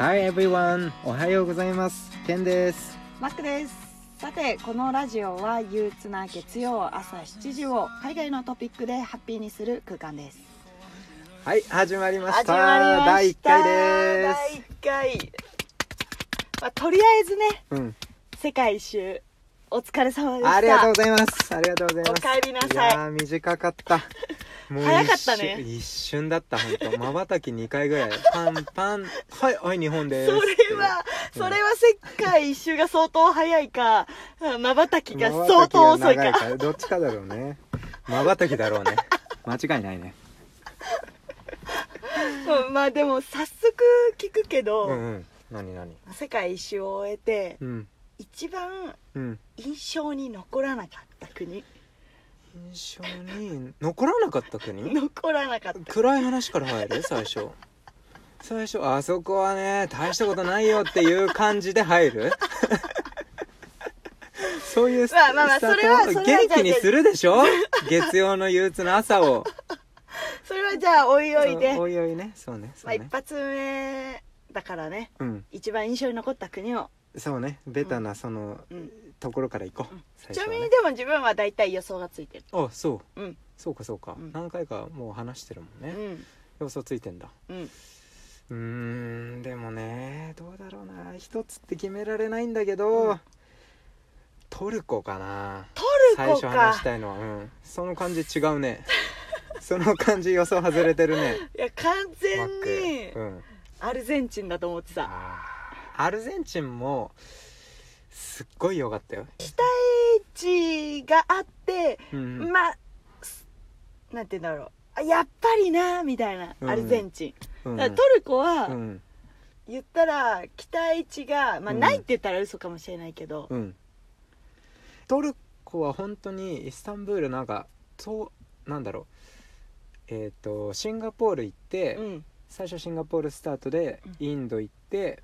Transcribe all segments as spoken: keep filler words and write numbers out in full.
Hi everyone! おはようございます。ケンです。 マックです。さて、このラジオは憂鬱な月曜朝しちじを海外のトピックでハッピーにする空間です。 はい、始まりました。 始まりました。 だいいっかいです。 だいいっかい。まあ、とりあえずね、うん、世界一周お疲れ様でした。 ありがとうございます。ありがとうございます。 お帰りなさい。 いやー、短かった。もう早かったね。 一瞬だった。本当まばたきにかいぐらいパンパンはいはい日本です。 それはそれは世界一周が相当早いかまばたきが相当遅い か, いかどっちかだろうね。まばたきだろうね。間違いないね。 まあでも早速聞くけど、 うんうん、何何世界一周を終えて、うん、一番印象に残らなかった国、 印象に残らなかった国残らなかった暗い話から入る最初最初あそこはね大したことないよっていう感じで入るそういうスタートを元気にするでしょ月曜の憂鬱な朝をそれはじゃあおいおいでおいおいねそうねそうね、 まあ、一発目だからね、うん、一番印象に残った国をそうねベタなその、うん、ところから行こう、うんね、ちなみにでも自分は大体予想がついてる。 あそう、 うん、 そうかそうか、うん、何回かもう話してるもんね、うん、予想ついてんだ。うん、うーんでもねどうだろうな一つって決められないんだけど、うん、トルコかな。 トルコか最初話したいのは、うん、その感じ違うねその感じ予想外れてるね。 いや完全に、うん、アルゼンチンだと思ってた。 アルゼンチンもすっごい良かったよ。 期待値があって、うん、まあなんて言うんだろうやっぱりなみたいな、うん、アルゼンチン、うん、だからトルコは、うん、言ったら期待値が、まあ、ないって言ったら嘘かもしれないけど、うん、 トルコは本当にイスタンブールなんかそうなんだろうえっとシンガポール行って、うん、最初シンガポールスタートでインド行って、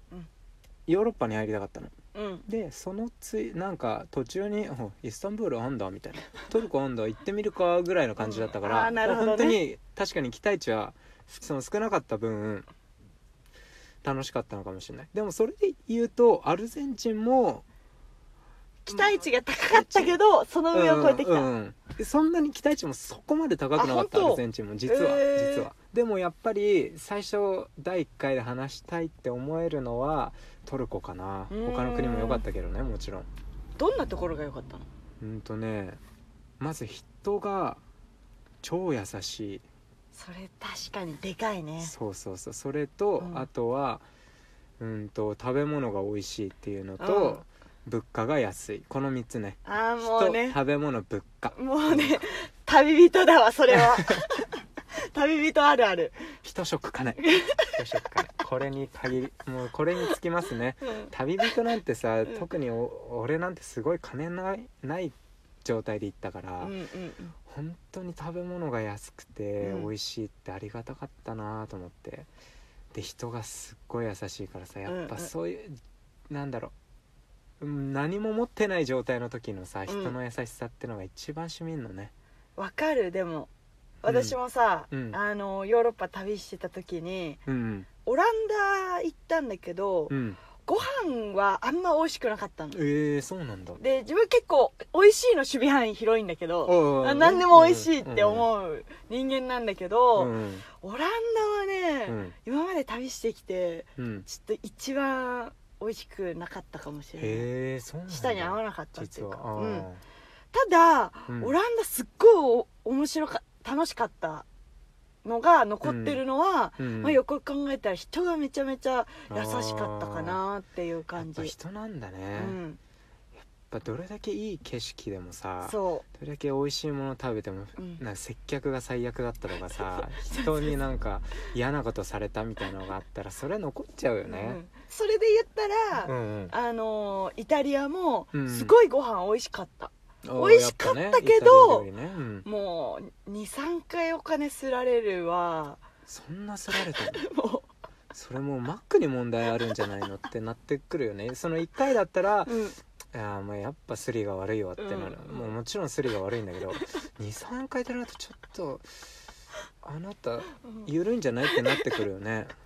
うん、ヨーロッパに入りたかったの。うん、でそのついなんか途中にイスタンブールあんだみたいなトルコあんだ行ってみるかぐらいの感じだったから、うんね、本当に確かに期待値はその少なかった分楽しかったのかもしれない。でもそれで言うとアルゼンチンも期待値が高かったけど、うん、その上を超えてきた、 うんうん、そんなに期待値もそこまで高くなかったアルゼンチンも実は、えー、実はでもやっぱり最初だいいっかいで話したいって思えるのはトルコかな。他の国も良かったけどねもちろん。 どんなところが良かったの？ うんとねまず人が超優しい。 それ確かにでかいね。 そうそうそうそれと、うん、あとはうんと食べ物が美味しいっていうのと、うん物価が安い。このみっつね。 あーもうね人食べ物物価もうね旅人だわそれは旅人あるある。 一食金一食金これに限りもうこれにつきますね、うん、旅人なんてさ、うん、特に俺なんてすごい金ないない状態で行ったから、うんうんうん、本当に食べ物が安くて美味しいってありがたかったなと思って。で人がすっごい優しいからさやっぱそういう、うんうん、なんだろう何も持ってない状態の時のさ人の優しさってのが一番しみんのね。 わかる。でも私もさ、うん、あのヨーロッパ旅してた時に、うん、オランダ行ったんだけど、うん、ご飯はあんま美味しくなかったの。 えー、そうなんだ。 で自分結構美味しいの守備範囲広いんだけど何でも美味しいって思う人間なんだけど、うん、オランダはね、うん、今まで旅してきて、うん、ちょっと一番美味しくなかったかもしれない。 へー、そうなんだ。 舌に合わなかったっていうか、うん、ただ、うん、オランダすっごい面白か楽しかったのが残ってるのは、うんうんまあ、よく考えたら人がめちゃめちゃ優しかったかなっていう感じ。 やっぱ人なんだね、うん、やっぱどれだけいい景色でもさそうどれだけ美味しいもの食べても、うん、なんか接客が最悪だったとかさ人になんか嫌なことされたみたいなのがあったらそれ残っちゃうよね、うんそれで言ったら、うんうん、あのイタリアもすごいご飯美味しかった、うん、美味しかったけど、ねねうん、もう にさんかいお金すられるわ。 そんなすられたのもうそれもうマックに問題あるんじゃないのってなってくるよね。そのいっかいだったら、うん、いやもうやっぱスリが悪いわってなる、うん、もうもちろんスリが悪いんだけど にさんかいとなるとちょっとあなた緩いんじゃないってなってくるよね。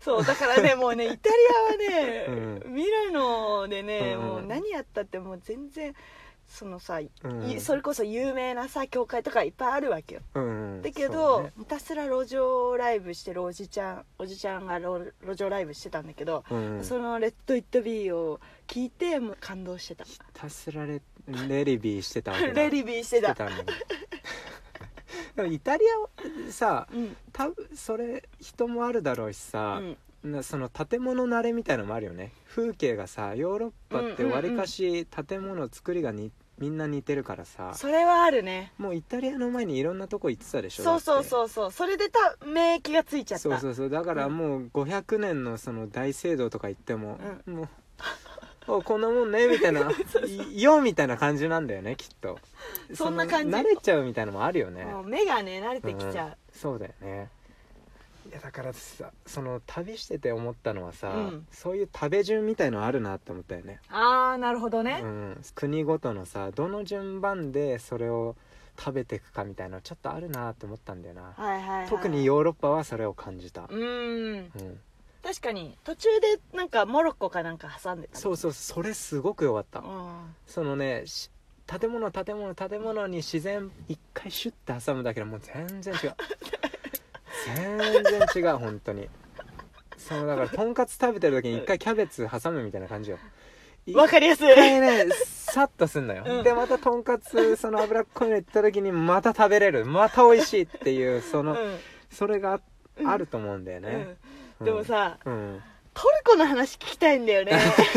そうだからねもうねイタリアはね、うん、ミラノでね、うん、もう何やったってもう全然そのさ、うん、それこそ有名なさ教会とかいっぱいあるわけよ、うん、だけど、ね、ひたすら路上ライブしてるおじちゃんおじちゃんが路上ライブしてたんだけど、うん、そのレッド・イット・ビーを聞いてもう感動してた。 ひたすらレレリビーしてたわけだレリビーしてたしてたでもイタリアはさ、うん、多分それ人もあるだろうしさ、うん、その建物慣れみたいのもあるよね。風景がさヨーロッパってわりかし建物作りがにみんな似てるからさ、 それはあるね。 もうイタリアの前にいろんなとこ行ってたでしょ。 そうそうそうそうそれでた免疫がついちゃった。 そうそうそうだからもうごひゃくねんのその大聖堂とか行っても、うん、もうおこんなもんねみたいなよみたいな感じなんだよねきっと。 そんな感じ。 慣れちゃうみたいなのもあるよね。 もう目がね慣れてきちゃう、うん、 そうだよね。いやだからさその旅してて思ったのはさ、うん、そういう食べ順みたいのあるなって思ったよね。 ああなるほどね、 うん、国ごとのさどの順番でそれを食べていくかみたいなちょっとあるなって思ったんだよな、 はいはいはい、 特にヨーロッパはそれを感じた。 うん、うん、確かに途中でなんかモロッコかなんか挟んでた、 そうそうそれすごく良かった、うん、そのね建物建物建物に自然一回シュッて挟むだけでもう全然違う全然違う本当に。そのだからとんかつ食べてる時に一回キャベツ挟むみたいな感じよ。 わかりやすい。 一回ねサッとすんのよ、うん、でまたとんかつその脂っこいの行った時にまた食べれるまた美味しいっていうその、うん、それが あ, あると思うんだよね、うんうん、でもさ、うん、トルコの話聞きたいんだよね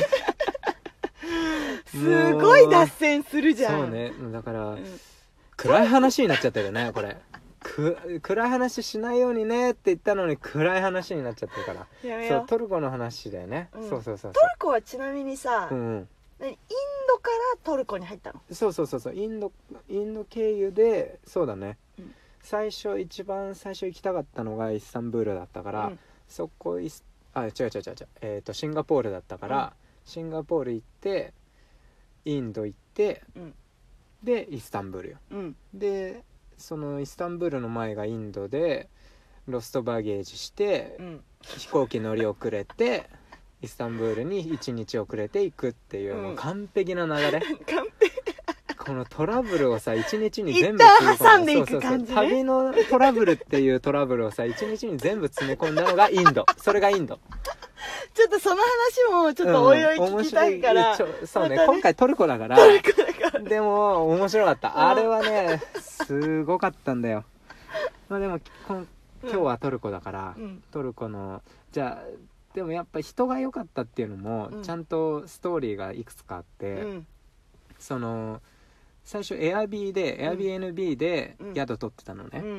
すごい脱線するじゃん。 そうねだから、うん、暗い話になっちゃったよねこれく暗い話しないようにねって言ったのに暗い話になっちゃってるからやめよそうトルコの話だよね、うん、そうそうそうそう。 トルコはちなみにさ、うん、インドからトルコに入ったの？ そうそうそうそうインドインド経由でそうだね、うん、最初一番最初行きたかったのがイスタンブールだったから、うん、そこイスあ違う違う違う違う、えーと、シンガポールだったから、うん、シンガポール行ってインド行って、うん、でイスタンブールよ、うん、でそのイスタンブールの前がインドでロストバゲージして、うん、飛行機乗り遅れてイスタンブールにいちにち遅れていくっていう、うん、もう完璧な流れ完璧このトラブルをさいちにちに全部挟んでいく感じ、ね、 旅のトラブルっていうトラブルをさいちにちに全部詰め込んだのがインドそれがインドちょっとその話もちょっとおいおい聞きたいから、 うん、そうね、またね今回トルコだからトルコだからでも面白かった、うん、あれはねすごかったんだよまあでも今日はトルコだから、うん、トルコのじゃあでもやっぱ人が良かったっていうのも、うん、ちゃんとストーリーがいくつかあって、うん、その最初エアビーで、うん、エアビーエヌビー で宿取ってたのね、うんうんうん、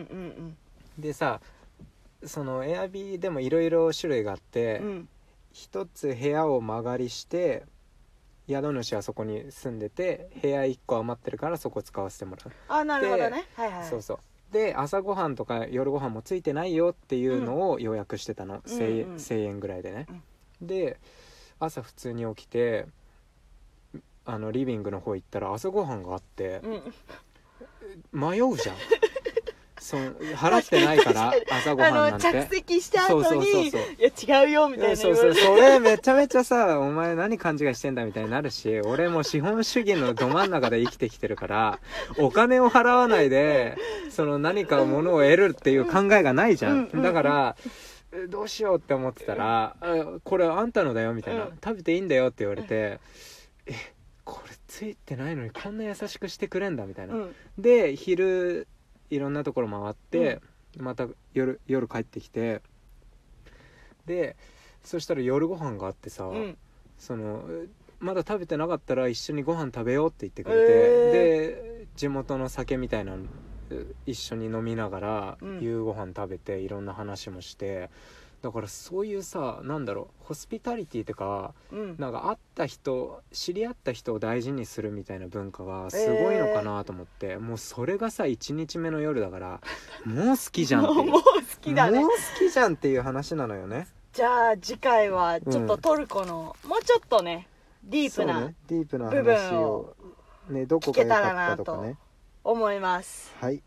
でさそのエアビーでもいろいろ種類があって、うん、一つ部屋を間借りして宿主はそこに住んでて部屋いっこ余ってるからそこ使わせてもらう。 あ、なるほどね、はいはい、 そうそうで朝ごはんとか夜ごはんもついてないよっていうのを予約してたの、うん、せんえんぐらいでね、うん、で朝普通に起きてあのリビングの方行ったら朝ごはんがあって、うん、迷うじゃんそう払ってないから朝ごはんなんてあの着席した後にいや違うよみたいなそうそうそれめちゃめちゃさお前何勘違いしてんだみたいになるし俺も資本主義のど真ん中で生きてきてるからお金を払わないでその何か物を得るっていう考えがないじゃんだからどうしようって思ってたらこれあんたのだよみたいな食べていいんだよって言われてえこれついてないのにこんな優しくしてくれんだみたいなで昼いろんなところ回って、うん、また 夜, 夜帰ってきてでそしたら夜ご飯があってさ、うん、そのまだ食べてなかったら一緒にご飯食べようって言ってくれて、えー、で地元の酒みたいなの一緒に飲みながら、うん、夕ご飯食べていろんな話もしてだからそういうさなんだろうホスピタリティとか、うん、なんか会った人知り合った人を大事にするみたいな文化がすごいのかなと思って、えー、もうそれがさいちにちめの夜だからもう好きじゃんっていうもう好きだねもう好きじゃんっていう話なのよね。 じゃあ次回はちょっとトルコの、うん、もうちょっとねディープな、ね、 ディープな話をねどこか良かったとかね思います。 はい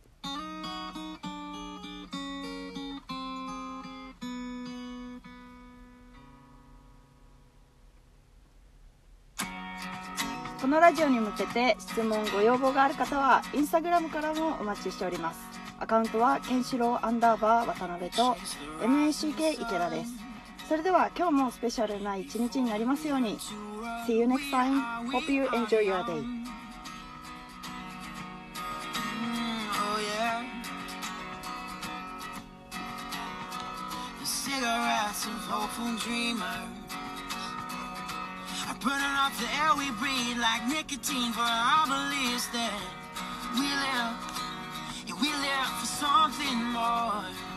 このラジオに向けて質問ご要望がある方はインスタグラムからもお待ちしております。アカウントはケンシロウアンダーバー渡辺と エムエーシーケー 池田です。それでは今日もスペシャルな一日になりますように。 See you next time. Hope you enjoy your day. Cigarettes of hopeful dreamers are burning off the air we breathe like nicotine for our beliefs that we live, yeah, we live for something more.